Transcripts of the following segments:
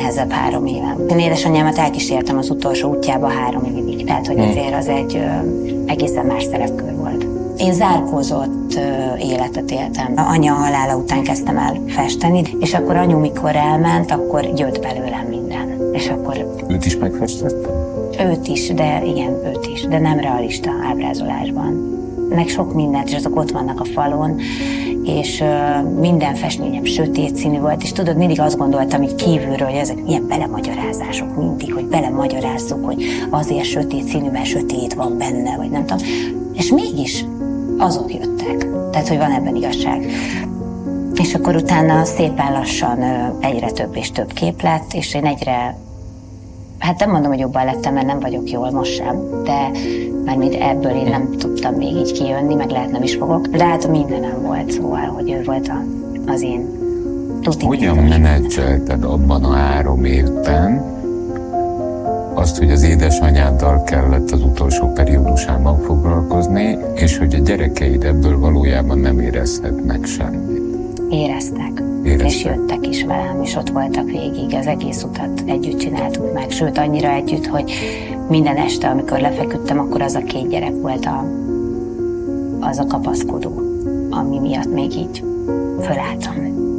legnehezebb 3 évem. Én édesanyámat elkísértem az utolsó útjába 3 évig, tehát hogy azért az egy egészen más szerepkör volt. Én zárkózott életet éltem. Anya halála után kezdtem el festeni, és akkor anyu mikor elment, akkor jött belőlem minden. És akkor... Őt is megfestett? Őt is, de igen, őt is, de nem realista ábrázolásban. Meg sok mindent, és azok ott vannak a falon, és minden festményem sötét színű volt, és tudod, mindig azt gondoltam így kívülről, hogy ezek ilyen belemagyarázások mindig, hogy belemagyarázzuk, hogy azért sötét színű, mert sötét van benne, vagy nem tudom. És mégis azok jöttek. Tehát, hogy van ebben igazság. És akkor utána szépen lassan egyre több és több kép lett, és én egyre, hát nem mondom, hogy jobban lettem, mert nem vagyok jól most sem, de mert ebből én nem tudtam még így kijönni, meg lehet nem is fogok. De hát mindenem volt, szóval, hogy ő volt az én tuti. Hogyan menedzselted abban a 3 évben azt, hogy az édesanyáddal kellett az utolsó periódusában foglalkozni, és hogy a gyerekeid ebből valójában nem érezhetnek semmit? Éreztek. És jöttek is velem, és ott voltak végig, az egész utat együtt csináltuk meg, sőt annyira együtt, hogy minden este, amikor lefeküdtem, akkor az a 2 gyerek volt az a kapaszkodó, ami miatt még így fölálltam.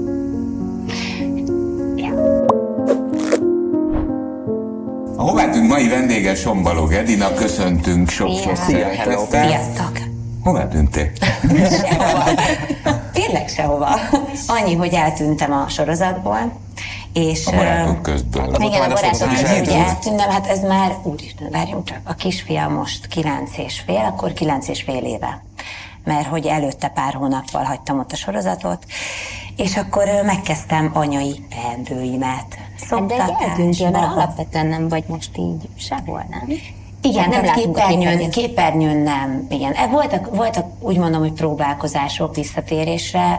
Ja. A Hovátünk mai vendége Sombalog Edina, köszöntünk sok-sok szeretettel. Sziasztok! Hová tűntél? Sehova. Tényleg sehova. Annyi, hogy eltűntem a sorozatból. És, a barátok közből. Igen, a barátok közből ugye eltűntem, hát ez már, úristen, várjunk csak, a kisfia most 9,5, akkor 9,5 éve. Mert hogy előtte pár hónappal hagytam ott a sorozatot, és akkor megkezdtem anyai teendőimet. De egy eltűntél, mert alapvetően nem vagy most így sehol, nem? Igen, tehát képernyőn nem. Igen. Voltak úgy mondom, hogy próbálkozások visszatérésre.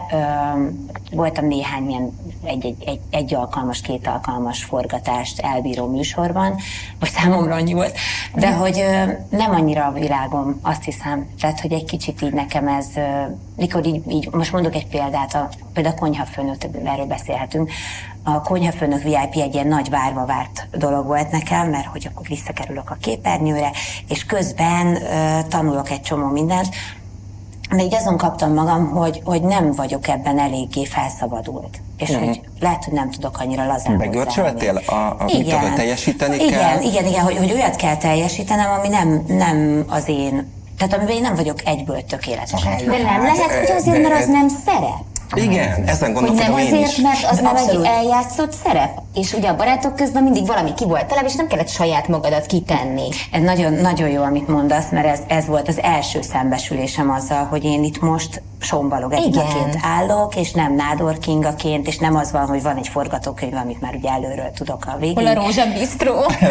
Voltam néhány ilyen egy alkalmas, 2 alkalmas forgatást elbíró műsorban, vagy számomra annyi volt, de hogy nem annyira a világom, azt hiszem. Tehát, hogy egy kicsit így nekem ez, mikor így most mondok egy példát, például a konyhafőnök, erről beszélhetünk. A konyhafőnök VIP egy ilyen nagy várva várt dolog volt nekem, mert hogy akkor visszakerülök a képernyőre, és közben tanulok egy csomó mindent, de így azon kaptam magam, hogy nem vagyok ebben eléggé felszabadult. És hogy lehet, hogy nem tudok annyira lazán Begörcsöltél, amit oda teljesíteni kell? Igen, hogy olyat kell teljesítenem, ami nem az én, tehát amiben én nem vagyok egyből tökéletesen. De nem lehet, hogy azért, mert az nem szerep. Igen, ezen gondolkodom én is. Hogy nem azért, mert az nem egy eljátszott szerep. És ugye a barátok közben mindig valami ki volt talán, és nem kellett saját magadat kitenni. Ez nagyon, nagyon jó, amit mondasz, mert ez volt az első szembesülésem azzal, hogy én itt most Sombalog Edinaként állok, és nem Nádor Kingaként, és nem az van, hogy van egy forgatókönyv, amit már ugye előről tudok a végén. Hol a Rózsa Bistró.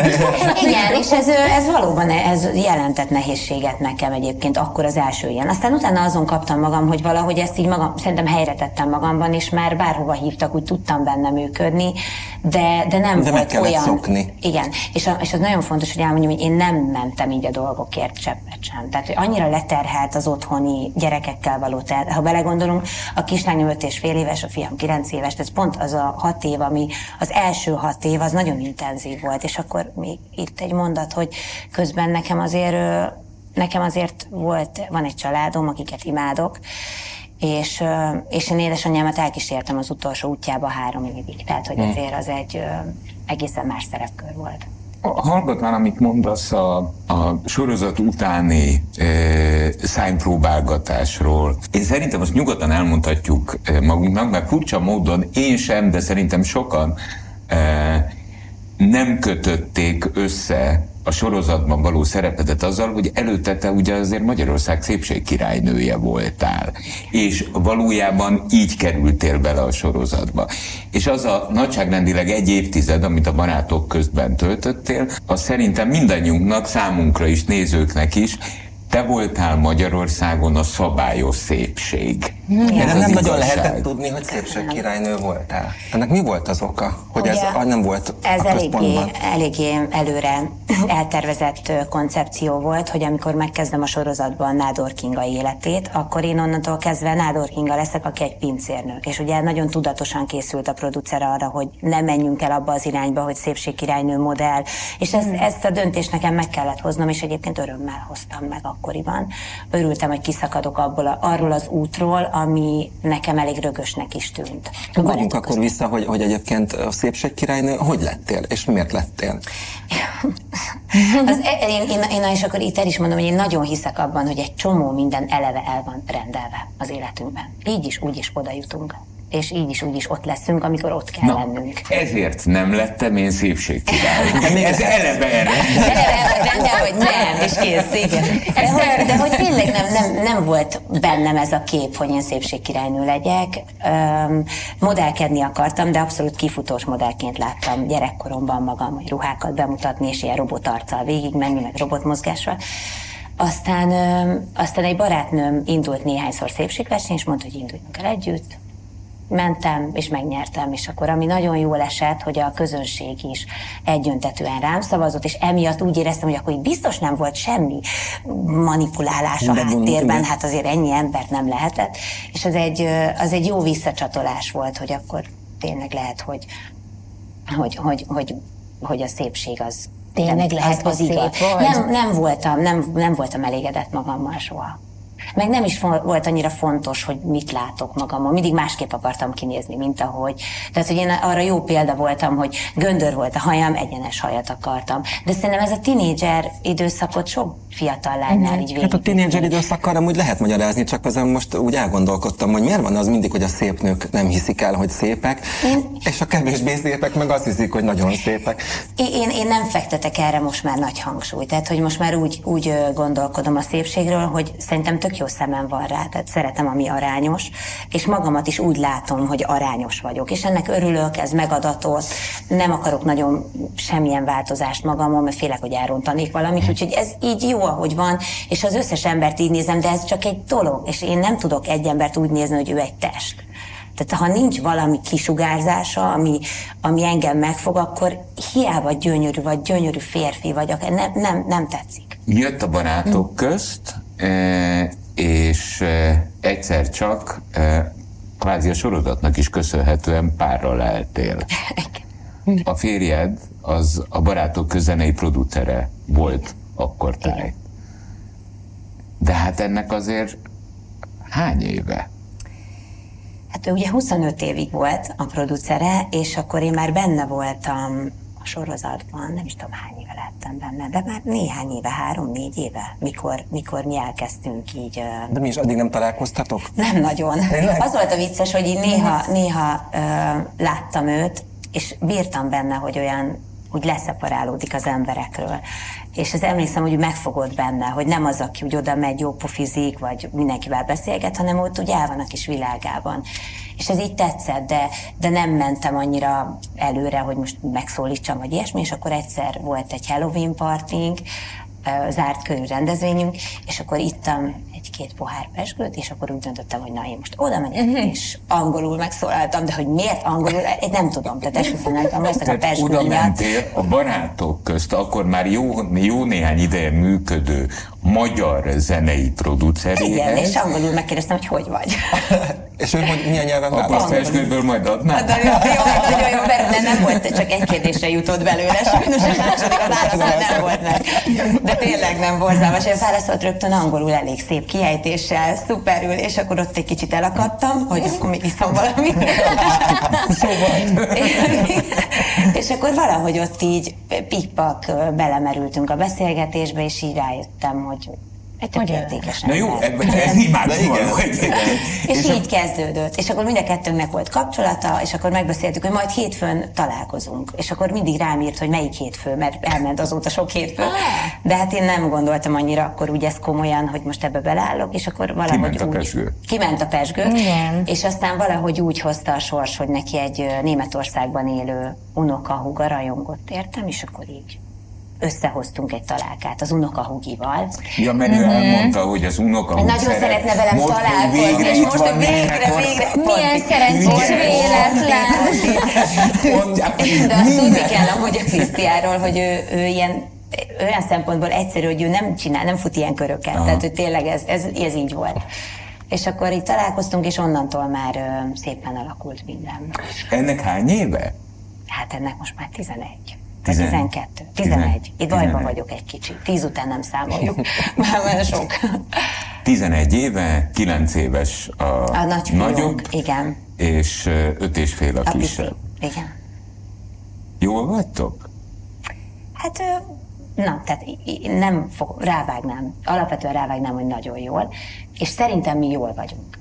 Igen, és ez valóban ez jelentett nehézséget nekem egyébként akkor az első ilyen. Aztán utána azon kaptam magam, hogy valahogy ezt így magam, szerintem helyre tettem magamban, és már bárhova hívtak, úgy tudtam benne működni, de nem de volt meg olyan. Szokni. Igen, és az nagyon fontos, hogy elmondjam, hogy én nem mentem így a dolgokért cseppet sem. Tehát, hogy annyira leterhelt az otthoni gyerekekkel való ha belegondolunk, a kislányom 5,5 éves, a fiam 9 éves, ez pont az a 6 év, ami az első 6 év, az nagyon intenzív volt, és akkor még itt egy mondat, hogy közben nekem azért van egy családom, akiket imádok, és én édesanyámat elkísértem az utolsó útjába 3 évig, tehát hogy azért az egy egészen más szerepkör volt. Hallgatnál, amit mondasz a sorozat utáni szánypróbálgatásról. Én szerintem azt nyugodtan elmondhatjuk magunknak, mert furcsa módon én sem, de szerintem sokan nem kötötték össze a sorozatban való szerepedet azzal, hogy előtte te ugye azért Magyarország szépségkirálynője voltál, és valójában így kerültél bele a sorozatba. És az a nagyságrendileg 1 évtized, amit a barátok közben töltöttél, az szerintem mindannyiunknak, számunkra is, nézőknek is te voltál Magyarországon a szabályos szépség. De nem nagyon lehetett tudni, hogy szépségkirálynő voltál. Ennek mi volt az oka, hogy ugye, ez nem volt ez a központban? eléggé előre eltervezett koncepció volt, hogy amikor megkezdem a sorozatban Nádor Kinga életét, akkor én onnantól kezdve Nádor Kinga leszek, aki egy pincérnő. És ugye nagyon tudatosan készült a producer arra, hogy ne menjünk el abba az irányba, hogy szépségkirálynő modell. És ezt a döntést nekem meg kellett hoznom, és egyébként örömmel hoztam meg akkoriban. Örültem, hogy kiszakadok arról az útról, ami nekem elég rögösnek is tűnt. Ugorjunk akkor vissza, hogy egyébként a szépségkirálynő hogy lettél, és miért lettél? És akkor itt el is mondom, hogy én nagyon hiszek abban, hogy egy csomó minden eleve el van rendelve az életünkben. Így is, úgy is oda jutunk. És így is, úgy is ott leszünk, amikor ott kell lennünk. Ezért nem lettem én szépségkirály. Ez eleve erre. Rendben, hogy nem, és kész, igen. De hogy tényleg nem volt bennem ez a kép, hogy én szépségkirálynő legyek. Modellkedni akartam, de abszolút kifutós modellként láttam gyerekkoromban magam, hogy ruhákat bemutatni, és ilyen robotarccal végigmenni, meg robotmozgással. Aztán egy barátnőm indult néhányszor szépségversenyen, és mondta, hogy induljunk el együtt. Mentem, és megnyertem, és akkor ami nagyon jól esett, hogy a közönség is egyöntetűen rám szavazott, és emiatt úgy éreztem, hogy akkor itt biztos nem volt semmi manipulálás a háttérben, hát azért ennyi embert nem lehetett, és az egy jó visszacsatolás volt, hogy akkor tényleg lehet, hogy a szépség az tényleg lehet, az szép igaz. volt. Nem voltam elégedett magammal soha. Meg nem is volt annyira fontos, hogy mit látok magamon. Mindig másképp akartam kinézni, mint ahogy. Tehát, hogy én arra jó példa voltam, hogy göndör volt a hajam, egyenes hajat akartam. De szerintem ez a tinédzser időszakot sok fiatal lánynál így végig. Hát a tinédzser időszakkal amúgy lehet magyarázni, csak azon most úgy elgondolkodtam, hogy miért van az mindig, hogy a szép nők nem hiszik el, hogy szépek, és a kevésbé szépek meg azt hiszik, hogy nagyon szépek. Én nem fektetek erre most már nagy hangsúlyt. Tehát, hogy most már úgy gondolkodom a szépségről, hogy szerintem tök jó szemem van rá, tehát szeretem, ami arányos, és magamat is úgy látom, hogy arányos vagyok, és ennek örülök, ez megadatott, nem akarok nagyon semmilyen változást magamon, mert félek, hogy elrontanék valamit, úgyhogy ez így jó, ahogy van, és az összes embert így nézem, de ez csak egy dolog, és én nem tudok egy embert úgy nézni, hogy ő egy test. Tehát ha nincs valami kisugárzása, ami engem megfog, akkor hiába gyönyörű, vagy gyönyörű férfi vagy, nem tetszik. Jött a barátok közt, és egyszer csak kvázi a sorozatnak is köszönhetően párral leltél. A férjed az a barátok közenei producere volt akkortáj. De hát ennek azért hány éve? Hát ő ugye 25 évig volt a producere, és akkor én már benne voltam a sorozatban, nem is tudom hány éve lettem benne, de már néhány éve, 3-4 éve, mikor mi elkezdtünk így... De mi is addig nem találkoztatok? Nem nagyon. Az volt a vicces, hogy így néha láttam őt, és bírtam benne, hogy olyan úgy leszeparálódik az emberekről. És ez emlékszem, hogy megfogott benne, hogy nem az, aki úgy oda megy, jó pofizik, vagy mindenkivel beszélget, hanem ott úgy el van a kis világában. És ez így tetszett, de nem mentem annyira előre, hogy most megszólítsam, vagy ilyesmi, és akkor egyszer volt egy Halloween partink, zárt körű rendezvényünk, és akkor ittam egy-két pohár pezsgőt, és akkor úgy döntöttem, hogy na, én most oda megyek, és angolul megszólaltam, de hogy miért angolul, én nem tudom, tehát esküszöm, nem tudom, ezt a pezsgőt. Oda mentél a barátok közt, akkor már jó néhány ideje működő magyar zenei produceréhez. Igen, és angolul megkérdeztem, hogy vagy. És ő hogy milyen nyelven választ? A pezsgőből majd adnál? Jó, nem volt, csak egy kérdésre jutott belőle, sajnos a második a válasz nem volt meg. De tényleg nem borzalmas, én válaszolt rögtön angolul elég szép kiejtéssel, szuperül, és akkor ott egy kicsit elakadtam, hogy akkor még iszom valamit. Szóval. És akkor valahogy ott így pikpak belemerültünk a beszélgetésbe, és így rájöttem, hogy tök értékesen. Na jó, ez imádom. És így kezdődött. És akkor mind a kettőnknek volt kapcsolata, és akkor megbeszéltük, hogy majd hétfőn találkozunk. És akkor mindig rám írt, hogy melyik hétfő, mert elment azóta sok hétfő. De hát én nem gondoltam annyira akkor úgy ezt komolyan, hogy most ebbe beleállok, és akkor valahogy kiment a pezsgő. És aztán valahogy úgy hozta a sors, hogy neki egy Németországban élő unokahúga rajongott értem, és akkor így összehoztunk egy találkát az unokahugival. Ja, mert ő elmondta, hogy az unokahúg nagyon szeretne velem találkozni, és most végre. Milyen szerencsés véletlen. De azt tudni kell amúgy a Krisztiáról, hogy ő ilyen olyan szempontból egyszerű, hogy ő nem fut ilyen köröket. Tehát, hogy tényleg ez így volt. És akkor így találkoztunk, és onnantól már szépen alakult minden. Ennek hány éve? Hát ennek most már 11. 12. 11. Itt bajban vagyok egy kicsit. 10 után nem számoljuk. Már sok. 11 éve, 9 éves a nagyobb, igen. És 5 és fél a kisebb. Igen. Jól vagytok? Hát tehát rávágnám, alapvetően rávágnám, hogy nagyon jól, és szerintem mi jól vagyunk.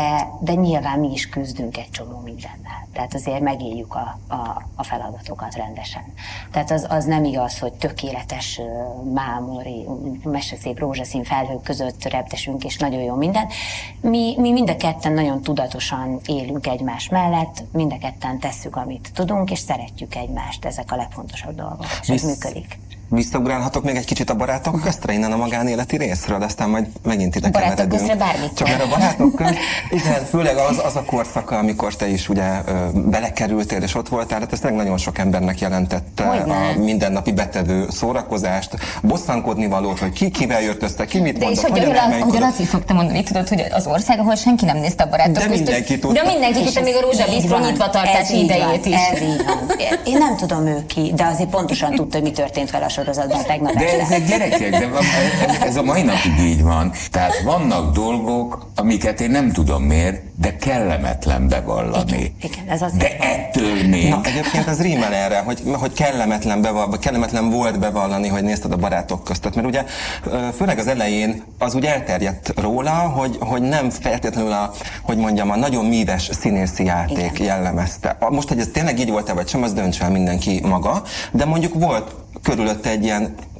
De nyilván mi is küzdünk egy csomó mindennel. Tehát azért megéljük a feladatokat rendesen. Tehát az nem igaz, hogy tökéletes mámori, meseszép rózsaszín felhők között reptesünk, és nagyon jó minden. Mi mind a ketten nagyon tudatosan élünk egymás mellett, mind a ketten tesszük, amit tudunk, és szeretjük egymást. Ezek a legfontosabb dolgok, és ez működik. Visszaugrálhatok még egy kicsit a barátok köztre, innen a magánéleti részről, de aztán majd megint ide keveredünk. Barátok közre bármit. Csak mert a barátok közt, igen, főleg az a korszaka, amikor te is ugye belekerültél és ott voltál, hát ez nagyon sok embernek jelentette a mindennapi betevő szórakozást, bosszankodni valót, hogy kivel jött össze, ki mit mondott, hogyan elmelyik. De Laci szokta mondani, tudod, hogy az ország, ahol senki nem nézte a barátok közt. Mindenki tudta. De mindenki tudta, még a rózsavízról nyitva tartási idejét is. Ez így van. Én nem tudom ő ki, de azért pontosan tudta, hogy mi történt vele a sorozatban tegnap. De ezek gyerekek, ez a mai napig így van. Tehát vannak dolgok, amiket én nem tudom miért, de kellemetlen bevallani. Igen, ez az. De ettől még... Na, egyébként ez rímel erre, hogy kellemetlen volt bevallani, hogy nézted a barátok között. Mert ugye főleg az elején az úgy elterjedt róla, hogy nem feltétlenül a nagyon míves színészi játék jellemezte. Most, hogy ez tényleg így volt-e vagy sem, az döntse el mindenki maga, de mondjuk volt körülötte egy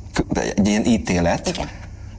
ilyen ítélet. Igen.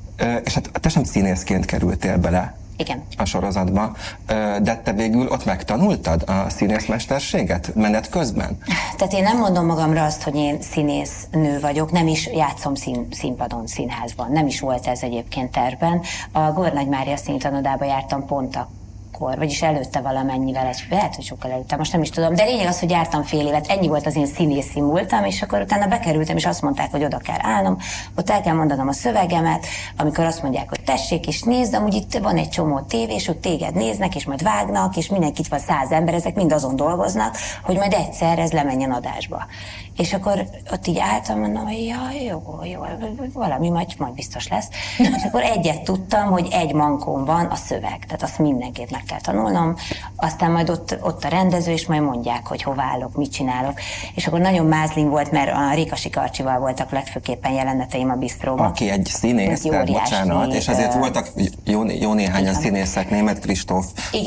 És hát te sem színészként kerültél bele. Igen. A sorozatban, de te végül ott megtanultad a színészmesterséget menet közben? Tehát én nem mondom magamra azt, hogy én színésznő vagyok, nem is játszom színpadon, színházban, nem is volt ez egyébként tervben. A Gornagy Mária Színtanodába jártam pont vagyis előtte valamennyivel, lehet, hogy sokkal előtte, most nem is tudom, de lényeg az, hogy jártam fél évet, ennyi volt az én színészi múltam, és akkor utána bekerültem, és azt mondták, hogy oda kell állnom, ott el kell mondanom a szövegemet, amikor azt mondják, hogy tessék és nézd, amúgy itt van egy csomó tévés, ott téged néznek, és majd vágnak, és mindenkit van 100 ember, ezek mind azon dolgoznak, hogy majd egyszer ez lemenjen adásba. És akkor ott így álltam, mondom, hogy jó, valami majd biztos lesz. És akkor egyet tudtam, hogy egy mankóm van, a szöveg, tehát azt mindenképp meg kell tanulnom, aztán majd ott a rendező, és majd mondják, hogy hova állok, mit csinálok. És akkor nagyon mázlim volt, mert a Rékasi Karcsival voltak legfőképpen jeleneteim a bistróban. Aki egy színész, bocsánat, és azért voltak jó néhányan színészek, Németh Kristóf,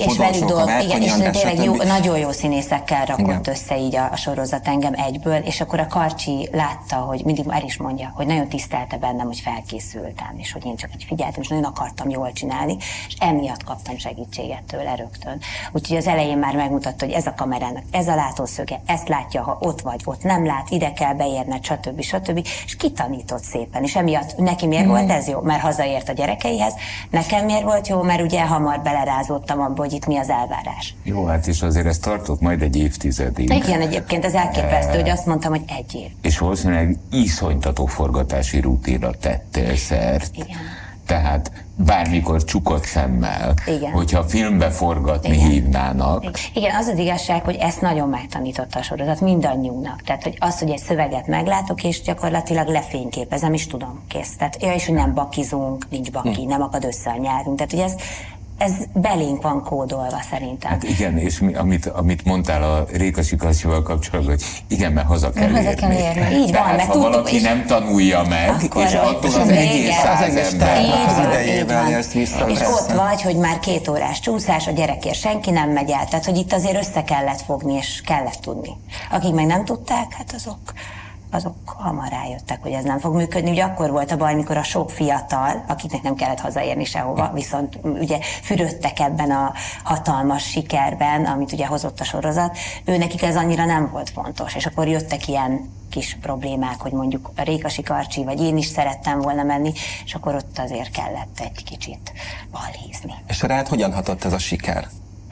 és tényleg nagyon jó színészekkel rakott össze így a sorozat engem egyből, és akkor a Karcsi látta, hogy mindig el is mondja, hogy nagyon tisztelte bennem, hogy felkészültem, és hogy én csak így figyeltem, és nagyon akartam jól csinálni, és emiatt kaptam segítséget tőle rögtön. Úgyhogy az elején már megmutatta, hogy ez a kamerának, ez a látószöge, ezt látja, ha ott vagy, ott nem lát, ide kell beérned, stb. És kitanított szépen, és emiatt neki miért volt ez jó? Mert hazaért a gyerekeihez, nekem miért volt jó? Mert ugye hamar belerázódtam abba, hogy itt mi az elvárás. Jó, hát és azért ez tartott majd egy évtizedig. Igen, egyébként ez elképesztő, hogy azt mondtam, hogy 1 év. És valószínűleg iszonytató forgatási rutinra tettél szert. Igen. Tehát bármikor csukott szemmel, hogyha filmbe forgatni hívnának. Igen, az az igazság, hogy ezt nagyon megtanította a sorozat mindannyiunknak. Tehát, hogy az, hogy egy szöveget meglátok, és gyakorlatilag lefényképezem, és tudom, kész. Tehát, és hogy nem bakizunk, nincs baki, nem akad össze a nyelvünk. Tehát, hogy ez belénk van kódolva szerintem. Hát igen, és amit mondtál a Rékasi Karcsival kapcsolatban, hogy igen, mert haza kell érni. Így van, mert ha valaki nem tanulja meg, akkor és attól az egész 100 ember. Az idejével érsz vissza. És ott vagy, hogy már 2 órás csúszás, a gyerekért senki nem megy el. Tehát, hogy itt azért össze kellett fogni, és kellett tudni. Akik meg nem tudták, hát azok azok hamar rájöttek, hogy ez nem fog működni. Ugye akkor volt a baj, mikor a sok fiatal, akiknek nem kellett hazaérni sehova, viszont ugye fürödtek ebben a hatalmas sikerben, amit ugye hozott a sorozat, nekik ez annyira nem volt fontos, és akkor jöttek ilyen kis problémák, hogy mondjuk a Rékasi Karcsi, vagy én is szerettem volna menni, és akkor ott azért kellett egy kicsit balhézni. És rád hogyan hatott ez a siker?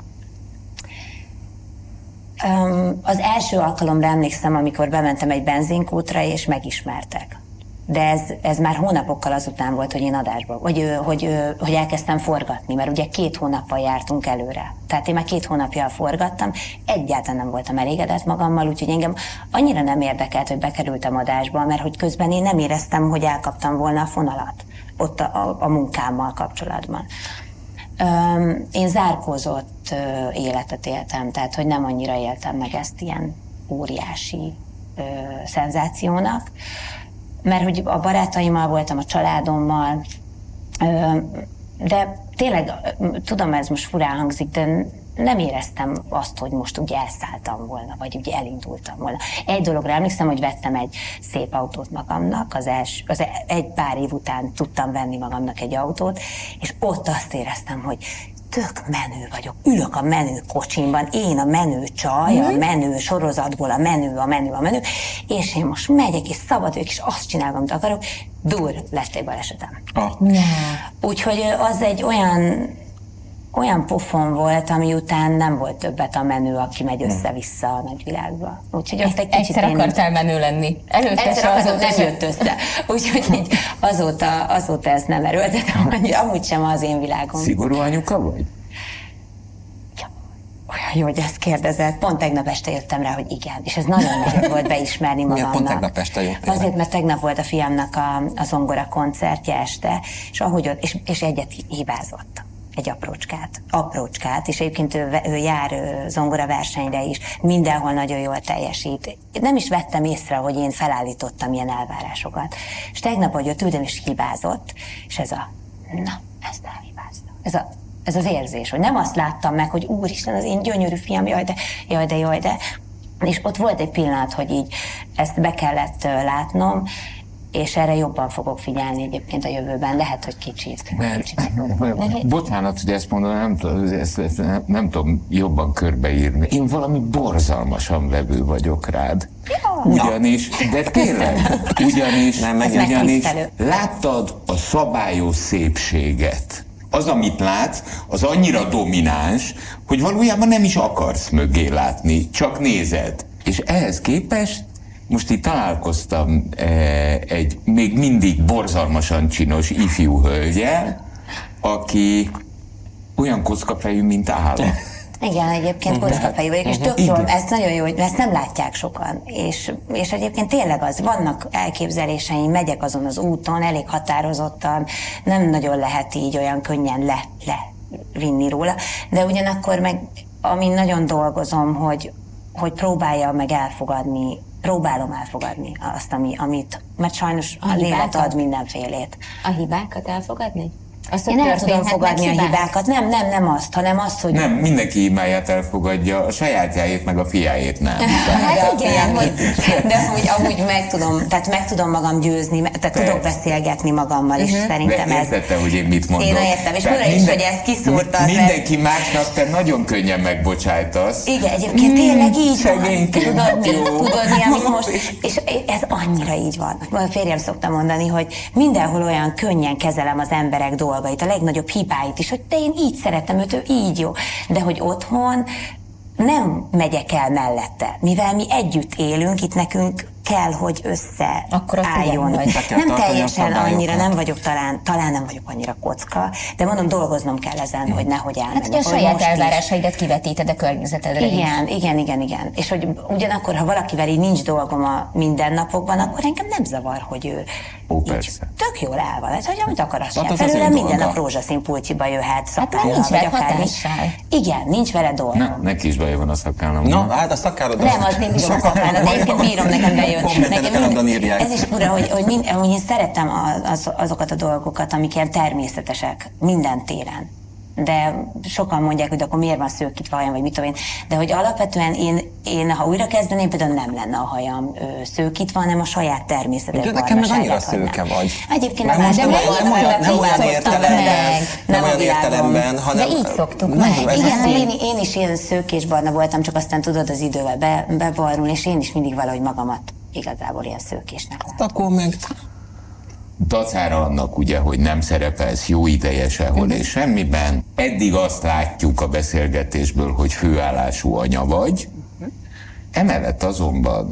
Az első alkalomra emlékszem, amikor bementem egy benzinkútra, és megismertek. De ez már hónapokkal azután volt, hogy én adásba, hogy elkezdtem forgatni, mert ugye 2 hónappal jártunk előre. Tehát én már 2 hónapjal forgattam, egyáltalán nem voltam elégedett magammal, úgyhogy engem annyira nem érdekelt, hogy bekerültem adásba, mert hogy közben én nem éreztem, hogy elkaptam volna a fonalat ott a munkámmal kapcsolatban. Én zárkózott életet éltem, tehát hogy nem annyira éltem meg ezt ilyen óriási szenzációnak, mert hogy a barátaimmal voltam, a családommal, de tényleg, tudom, ez most furán hangzik, de nem éreztem azt, hogy most ugye elszálltam volna, vagy ugye elindultam volna. Egy dologra emlékszem, hogy vettem egy szép autót magamnak, egy pár év után tudtam venni magamnak egy autót, és ott azt éreztem, hogy tök menő vagyok, ülök a menő kocsimban, én a menő csaj, a menő sorozatból, a menő, és én most megyek, és szabad vagyok, és azt csinálom, amit akarok, lett egy balesetem. Úgyhogy az egy olyan pofon volt, ami után nem volt többet a menő, aki megy össze-vissza a nagyvilágba. Úgyhogy ott egy kicsit akartál menő lenni. Azóta nem jött össze. Úgyhogy azóta ezt nem erőltetem annyira, amúgy sem az én világom. Szigorú anyuka vagy? Olyan jó, hogy ezt kérdezett. Pont tegnap este jöttem rá, hogy igen. És ez nagyon nehéz volt beismerni magamnak. Miért pont tegnap este jöttél? Azért, mert tegnap volt a fiamnak a zongora koncertje este, és ahogy ott, és egyet hibázott. Egy aprócskát, és egyébként ő jár zongora versenyre is, mindenhol nagyon jól teljesít. Nem is vettem észre, hogy én felállítottam ilyen elvárásokat. És tegnap, hogy ott ültem, és hibázott, és ezt elhibáztam. Ez az érzés, hogy nem azt láttam meg, hogy úristen, az én gyönyörű fiam, jaj de. És ott volt egy pillanat, hogy így ezt be kellett látnom, és erre jobban fogok figyelni egyébként a jövőben, lehet, hogy kicsit. Bocsánat, hogy ezt mondom, nem tudom jobban körbeírni. Én valami borzalmasan vevő vagyok rád. Ugyanis, de tényleg, ugyanis láttad a szabályos szépséget. Az, amit látsz, az annyira domináns, hogy valójában nem is akarsz mögé látni, csak nézed. És ehhez képest most itt találkoztam egy még mindig borzalmasan csinos ifjú hölgyel, aki olyan kockafejű, mint állat. Igen, egyébként kockafejű vagyok, és tök jól, ez nagyon jó, hogy ezt nem látják sokan. És egyébként tényleg az, vannak elképzeléseim, megyek azon az úton, elég határozottan, nem nagyon lehet így olyan könnyen levinni róla, de ugyanakkor meg, amin nagyon dolgozom, hogy próbálom elfogadni azt, amit, mert sajnos az élet ad mindenfélét. A hibákat elfogadni? Én el tudom fogadni a hibákat. Nem azt, hanem azt, hogy... Nem, mindenki hibáját elfogadja, a sajátjáét meg a fiájét nem. Hát igen, de amúgy meg tudom magam győzni, tehát tudok beszélgetni magammal, és szerintem ez... Értette, hogy én mit mondok. Én értem, és fura is, hogy ezt kiszúrtad. Mindenki másnak te nagyon könnyen megbocsájtasz. Igen, egyébként tényleg így van. Tudod mi, amit most... És ez annyira így van. A férjem szokta mondani, hogy mindenhol olyan könnyen kezelem az emberek dolgait, a legnagyobb hibáit is, hogy de én így szeretem őt, ő így jó. De hogy otthon nem megyek el mellette, mivel mi együtt élünk, itt nekünk kell, hogy összeálljon. Nem teljesen annyira, nem vagyok talán nem vagyok annyira kocka, de mondom, dolgoznom kell ezen, hogy nehogy elmenjek. Hát ugye a saját elvárásaidat kivetíted a környezetedre. Igen. És hogy ugyanakkor, ha valakivel így nincs dolgom a mindennapokban, akkor engem nem zavar, hogy ő tök jól el van. Ez, hogy amit akar, azt csinál. Felőlem minden nap rózsaszín pulcsiba jöhet, szakállal, vagy akármi. Igen, nincs vele dolgom. Neki is baj van a szakállam. Na, hát a szakállod... Nem, az én bírom a szakállat, de egyébként bírom, nekem bejön. Ez is fura, hogy én szerettem azokat a dolgokat, amik ilyen természetesek minden téren. de sokan mondják, hogy akkor miért van szőkítve a hajam, vagy mit tudom én. De hogy alapvetően én ha újra kezdeném, például nem lenne a hajam szőkítve, hanem a saját természetes de nekem meg annyira szőke vagy. Egyébként nem olyan értelemben, hanem... De így szoktuk meg. Igen, én is ilyen szőkésbarna voltam, csak aztán tudod az idővel bebarul, és én is mindig valahogy magamat igazából ilyen szőkésnek látom. Akkor meg... Dacára annak ugye, hogy nem szerepelsz jó ideje sehol és semmiben. Eddig azt látjuk a beszélgetésből, hogy főállású anya vagy. Emellett azonban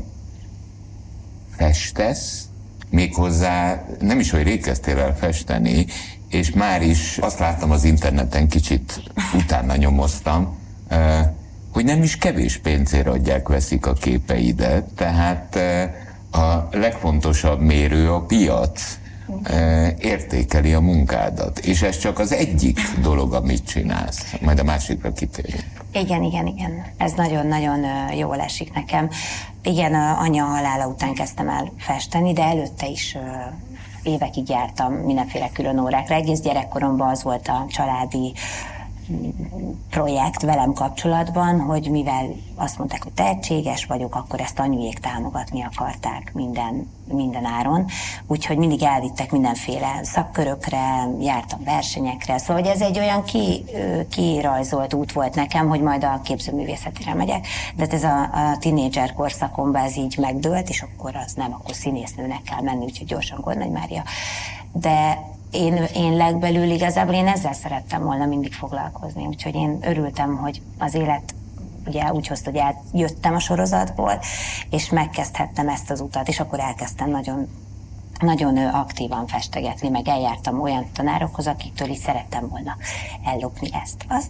festesz, méghozzá nem is, hogy rég kezdtél el festeni, és már is azt láttam az interneten, kicsit utána nyomoztam, hogy nem is kevés pénzért veszik a képeidet, tehát a legfontosabb mérő a piac. Értékeli a munkádat, és ez csak az egyik dolog, amit csinálsz. Majd a másikra kitérünk. Igen. Ez nagyon-nagyon jól esik nekem. Igen, anya halála után kezdtem el festeni, de előtte is évekig jártam mindenféle külön órákra. Egész gyerekkoromban az volt a családi projekt velem kapcsolatban, hogy mivel azt mondták, hogy tehetséges vagyok, akkor ezt anyujék támogatni akarták minden áron. Úgyhogy mindig elvittek mindenféle szakkörökre, jártam versenyekre, szóval hogy ez egy olyan kirajzolt út volt nekem, hogy majd a képzőművészetire megyek, de ez a tínédzser korszakomban ez így megdőlt, és akkor az nem, akkor színésznőnek kell menni, úgyhogy gyorsan Kornágy Mária. De én legbelül igazából én ezzel szerettem volna mindig foglalkozni, úgyhogy én örültem, hogy az élet ugye úgy hozta, hogy eljöttem a sorozatból, és megkezdhettem ezt az utat, és akkor elkezdtem nagyon aktívan festegetni, meg eljártam olyan tanárokhoz, akiktől is szerettem volna ellopni azt.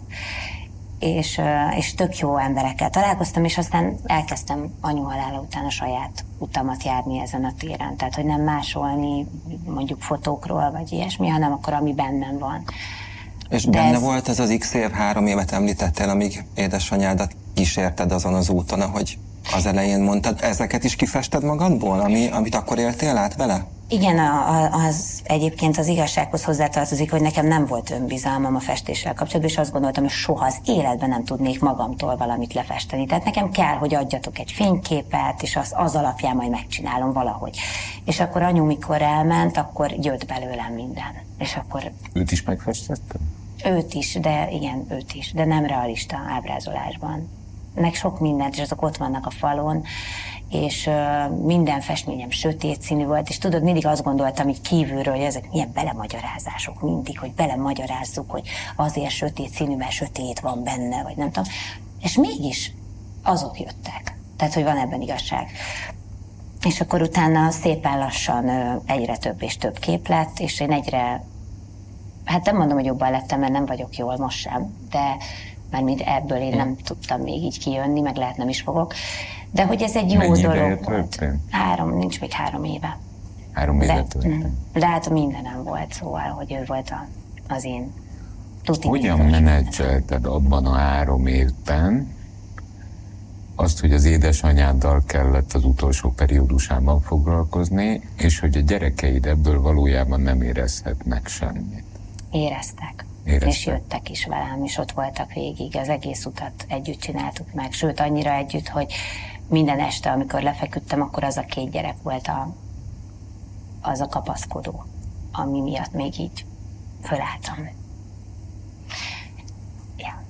És tök jó emberekkel találkoztam, és aztán elkezdtem anyu halála után a saját utamat járni ezen a téren. Tehát, hogy nem másolni mondjuk fotókról, vagy ilyesmi, hanem akkor, ami bennem van. És benne volt ez az X év, 3 évet említettél, amíg édesanyádat kísérted azon az úton, ahogy az elején mondtad. Ezeket is kifested magadból, amit akkor éltél át vele? Igen, az egyébként az igazsághoz hozzátartozik, hogy nekem nem volt önbizalmam a festéssel kapcsolatban, és azt gondoltam, hogy soha az életben nem tudnék magamtól valamit lefesteni. Tehát nekem kell, hogy adjatok egy fényképet, és az alapján majd megcsinálom valahogy. És akkor anyu, mikor elment, akkor jött belőlem minden. És akkor... Őt is megfestettem? Őt is, de nem realista ábrázolásban. Meg sok mindent, és azok ott vannak a falon, és minden festményem sötét színű volt, és tudod, mindig azt gondoltam így kívülről, hogy ezek milyen belemagyarázások mindig, hogy belemagyarázzuk, hogy azért sötét színű, mert sötét van benne, vagy nem tudom. És mégis azok jöttek. Tehát, hogy van ebben igazság. És akkor utána szépen lassan egyre több és több kép lett, és én egyre, hát nem mondom, hogy jobban lettem, mert nem vagyok jól most sem, de mert ebből én nem tudtam még így kijönni, meg lehet nem is fogok. De hogy ez egy jó dolog volt. Nincs még 3 éve. 3 éve történt. De hát mindenem volt, szóval, hogy ő volt az én tuti. Hogyan menedzselted abban a 3 évben azt, hogy az édesanyáddal kellett az utolsó periódusában foglalkozni, és hogy a gyerekeid ebből valójában nem érezhetnek semmit? Éreztek. És jöttek is velem, és ott voltak végig. Az egész utat együtt csináltuk meg, sőt annyira együtt, hogy minden este, amikor lefeküdtem, akkor az a 2 gyerek volt az a kapaszkodó, ami miatt még így fölálltam. Ja.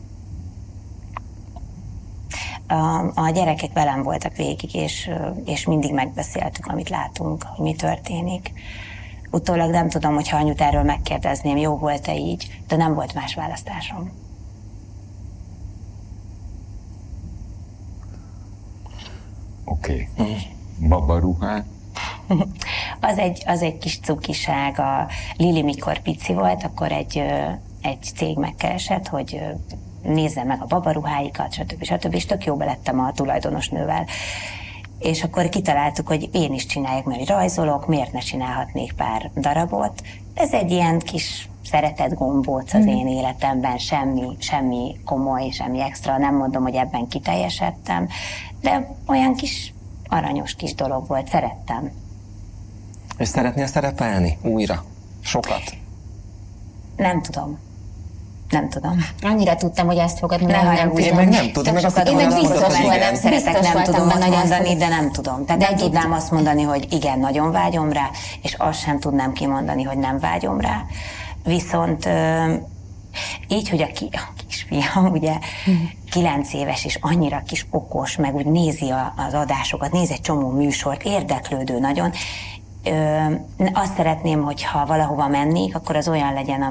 A gyerekek velem voltak végig, és mindig megbeszéltük, amit látunk, hogy mi történik. Utólag nem tudom, hogyha anyut erről megkérdezném, jó volt-e így, de nem volt más választásom. Oké. Babaruhák? Az egy kis cukiság. A Lili mikor pici volt, akkor egy cég megkeresett, hogy nézze meg a babaruháikat, stb. És tök jóba lettem a tulajdonosnővel. És akkor kitaláltuk, hogy én is csinálják, mert rajzolok, miért ne csinálhatnék pár darabot. Ez egy ilyen kis szeretett gombóc az én életemben, semmi komoly, semmi extra, nem mondom, hogy ebben kiteljesedtem, de olyan kis aranyos kis dolog volt, szerettem. És szeretnél szerepelni újra? Sokat? Nem tudom. Nem tudom. Annyira tudtam, hogy ezt fogad mondani, Ne nem haragudj, tudom. Én meg nem tudom, meg azt Én meg biztos soha voltam, nem szeretek, biztos nem tudom voltam azt benne, hogy mondani, azt de nem tudom. Tehát De nem egy- tudnám azt mondani, hogy igen, nagyon vágyom rá, és azt sem tudnám kimondani, hogy nem vágyom rá. Viszont így, hogy a kisfiam ugye 9 éves és annyira kis okos, meg úgy nézi az adásokat, néz egy csomó műsort, érdeklődő nagyon. Azt szeretném, hogyha valahova mennék, akkor az olyan legyen,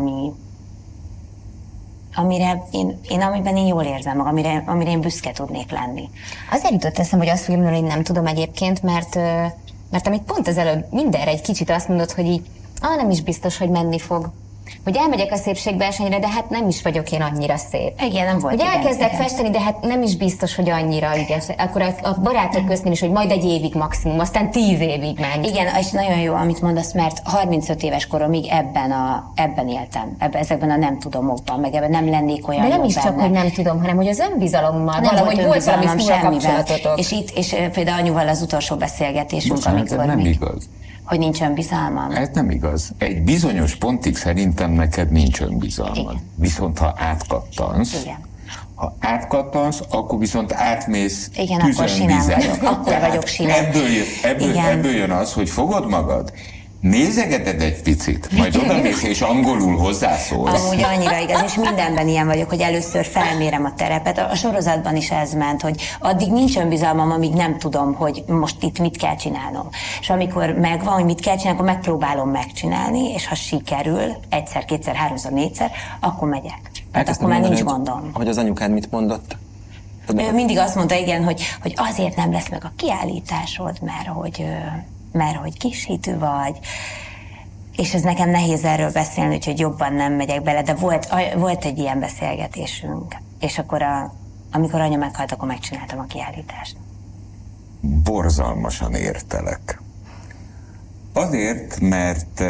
amiben én jól érzem magam, amire én büszke tudnék lenni. Azért jutott eszem, hogy azt fogom mondani, hogy nem tudom egyébként, mert amit pont az előbb mindenre egy kicsit azt mondod, hogy így, nem is biztos, hogy menni fog. Hogy elmegyek a szépségversenyre, de hát nem is vagyok én annyira szép. Igen, nem volt. Hogy elkezdek igen. festeni, de hát nem is biztos, hogy annyira igen. Akkor a barátok köztén is, hogy majd egy évig maximum, aztán 10 évig ment. Igen, és nagyon jó, amit mondasz, mert 35 éves koromig ebben éltem, ezekben a nem tudomokban, meg ebben nem lennék olyan De nem jó is csak, benne. hogy nem tudom, hanem hogy az önbizalommal Nem valahogy volt valami önbizalmam fura semmiben. kapcsolatotok. És például anyuval az utolsó beszélgetésünk, Bocsánat, ez amikor nem még, igaz. hogy nincs önbizalmam. Ez nem igaz. Egy bizonyos pontig szerintem neked nincs önbizalmad. Igen. Viszont ha átkattansz, Igen. ha átkattansz, akkor viszont átmész Igen, akkor sinem tüzönvízen. vagyok. Akkor Tehát vagyok sinem. Igen. Ebből jön az, hogy fogod magad, nézegeted egy picit, majd odamész és angolul hozzászólsz. Amúgy annyira igaz, és mindenben ilyen vagyok, hogy először felmérem a terepet. A sorozatban is ez ment, hogy addig nincs önbizalmam, amíg nem tudom, hogy most itt mit kell csinálnom. És amikor megvan, hogy mit kell csinálni, akkor megpróbálom megcsinálni, és ha sikerül, egyszer, kétszer, háromszor, négyszer, akkor megyek. Tehát akkor már nincs gondom. Hogy az anyukád mit mondott? Ő mindig azt mondta, igen, hogy azért nem lesz meg a kiállításod, mert hogy kishitű vagy, és ez nekem nehéz erről beszélni, úgyhogy jobban nem megyek bele, de volt egy ilyen beszélgetésünk, és akkor amikor anya meghalt, akkor megcsináltam a kiállítást. Borzalmasan értelek. Azért, mert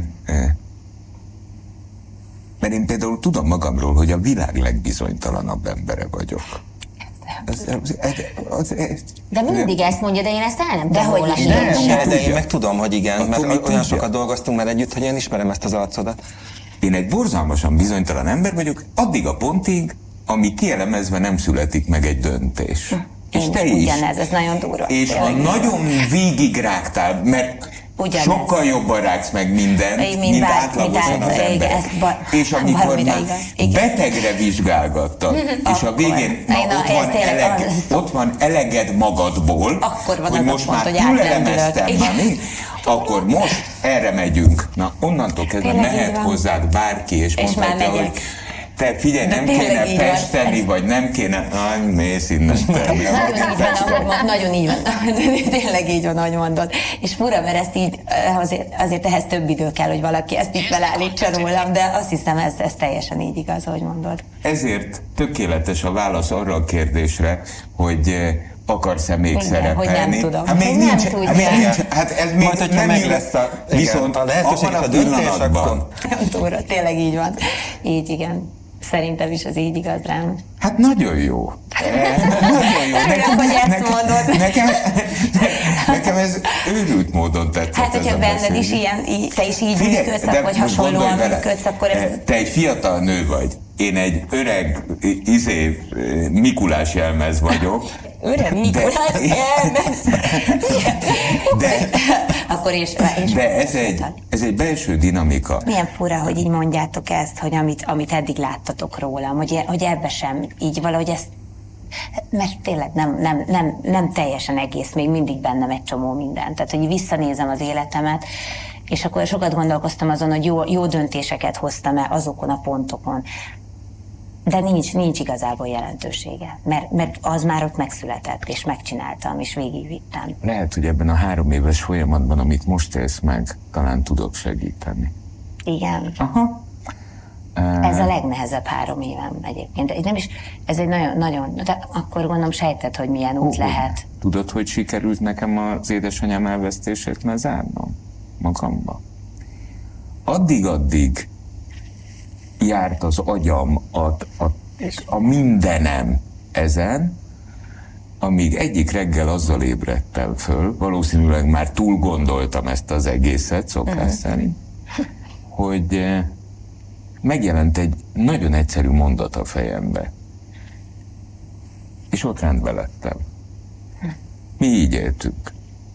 én például tudom magamról, hogy a világ legbizonytalanabb embere vagyok. De mindig ezt mondja, de én ezt el nem De tudom hogy róla. is, De én meg tudom, hogy igen, Akkor mi mert tudja? olyan sokat dolgoztunk már együtt, hogy én ismerem ezt az arcodat. Én egy borzalmasan bizonytalan ember vagyok, addig a pontig, amíg kielemezve nem születik meg egy döntés. És Én te is is. ugyanez, ez nagyon durva. És ha Tényleg. nagyon végig rágtál, mert Ugyanez. sokkal jobban rágsz meg mindent, mint átlagosan az ember. És amikor bármire már igaz. Igen. betegre vizsgálgattad, és a végén ott van eleged magadból, Akkor van hogy az a most pont, már hogy túlelemeztem, átlendülök. már mi? Akkor most erre megyünk. Na, onnantól kezdve Tényleg így mehet van. hozzád bárki, és És már mondhatja, megyek. hogy te figyelj, De nem tényleg kéne így van. festeni, vagy nem kéne, mész innen. Nagyon így van, nagyon így van. Tényleg így van, ahogy mondod. És fura, mert ezt így, azért ehhez több idő kell, hogy valaki ezt így felállítsa rólam, de azt hiszem, ez teljesen így igaz, ahogy mondod. Ezért tökéletes a válasz arra a kérdésre, hogy akarsz-e még Igen, szerepelni? hogy nem tudom. Hát még Hogy nem nincs, tudja. hát még nincs, hát ez még Majd, hogyha nem meg jön. lesz Viszont a lehetőség, abban a döntés, pillanatban, akkor... Nem túlra, tényleg így van. Így igen. Szerintem is az így igaz rám. Hát nagyon jó. Nagyon jó. Örülök, hogy ezt mondod. Nekem ez őrült módon tetszett. Hát, hogyha ez a benned is beszélgetés. te is így működsz, vagy most hasonlóan gondolj bele, működsz, akkor ez... Te egy fiatal nő vagy. Én egy öreg Mikulás jelmez vagyok. Öreg Mikulás jelmez. De, Akkor és de ez egy belső dinamika. milyen fura, hogy így mondjátok ezt, hogy amit eddig láttatok rólam, hogy ebbe sem így valahogy ezt, mert tényleg nem teljesen egész, még mindig bennem egy csomó minden. Tehát, hogy visszanézem az életemet, és akkor sokat gondolkoztam azon, hogy jó döntéseket hoztam-e azokon a pontokon. De nincs igazából jelentősége, mert az már ott megszületett, és megcsináltam, és végigvittem. Lehet, hogy ebben a 3 éves folyamatban, amit most élsz meg, talán tudok segíteni. Igen. Aha. Ez a legnehezebb 3 évem egyébként. Nem is, ez egy nagyon, de akkor gondolom sejtett, hogy milyen út lehet. Tudod, hogy sikerült nekem az édesanyám elvesztését lezárnom magamba? Addig járt az agyam, a mindenem ezen, amíg egyik reggel azzal ébredtem föl, valószínűleg már túl gondoltam ezt az egészet szokás szerint, hogy megjelent egy nagyon egyszerű mondat a fejembe. És ott rendbe lettem. Mi így éltük.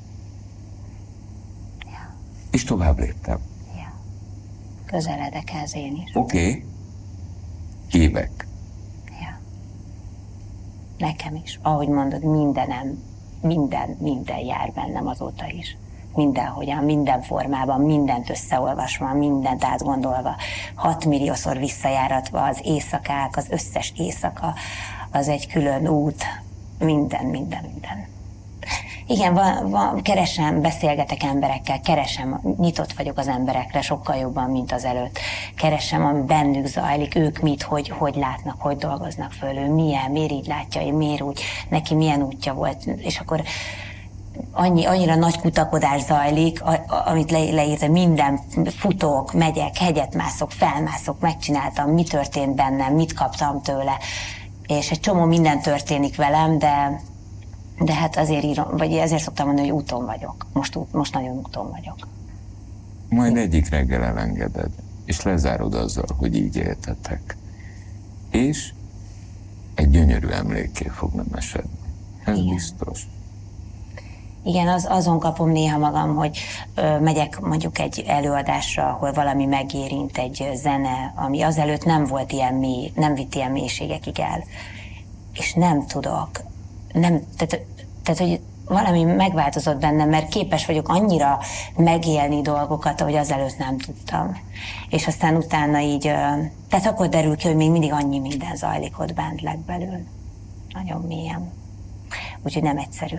Ja. És tovább léptem. Ja. Közeledek ez én is. Oké. Évek. Ja. Nekem is. Ahogy mondod, minden jár bennem azóta is. Mindenhogyan, minden formában, mindent összeolvasva, mindent átgondolva, 6 milliószor visszajáratva az éjszakák, az összes éjszaka, az egy külön út, minden. Igen, keresem, beszélgetek emberekkel, nyitott vagyok az emberekre sokkal jobban, mint az előtt. Keresem, ami bennük zajlik, ők mit, hogy látnak, hogy dolgoznak föl, ő milyen, miért így látja, miért úgy, neki milyen útja volt, és akkor annyira nagy kutakodás zajlik, amit leírtam, minden futok, megyek, hegyet mászok, felmászok, megcsináltam, mi történt bennem, mit kaptam tőle, és egy csomó minden történik velem, de hát azért írom, vagy ezért szoktam mondani, hogy úton vagyok. Most nagyon úton vagyok. Majd egyik reggel elengeded, és lezárod azzal, hogy így éltetek. És egy gyönyörű emlékké fog nemesedni. Ez igen. Biztos. Igen, azon kapom néha magam, hogy megyek mondjuk egy előadásra, ahol valami megérint, egy zene, ami azelőtt nem volt ilyen mély, nem vitt ilyen mélységekig el. És nem tudok, tehát hogy valami megváltozott bennem, mert képes vagyok annyira megélni dolgokat, ahogy azelőtt nem tudtam. És aztán utána így, tehát akkor derül ki, hogy még mindig annyi minden zajlik ott bent legbelül. Nagyon mélyen. Úgyhogy nem egyszerű.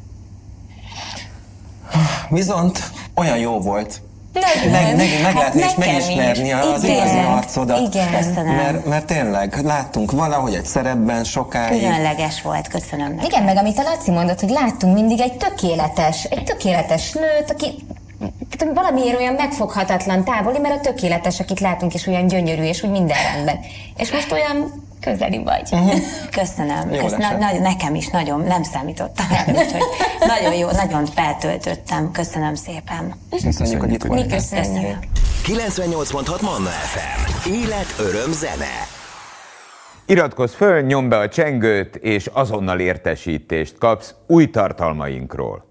Viszont olyan jó volt meglátni és megismerni az igazi arcodat. Mert tényleg láttunk valahogy egy szerepben sokáig. Különleges volt, köszönöm neked. Igen, meg amit a Laci mondott, hogy láttunk mindig egy tökéletes nőt, aki valamiért olyan megfoghatatlan távoli, mert a tökéletes, akit látunk, és olyan gyönyörű, és úgy minden rendben. És most olyan közeli vagy. Köszönöm. Nekem is nagyon, nem számítottam rá, úgyhogy nagyon jó, nagyon feltöltöttem. Köszönöm szépen. Köszönjük, hogy itt voltál. Mi köszönjük. 98.6 Manna FM. Élet, öröm, zene. Iratkozz föl, nyomd be a csengőt, és azonnal értesítést kapsz új tartalmainkról.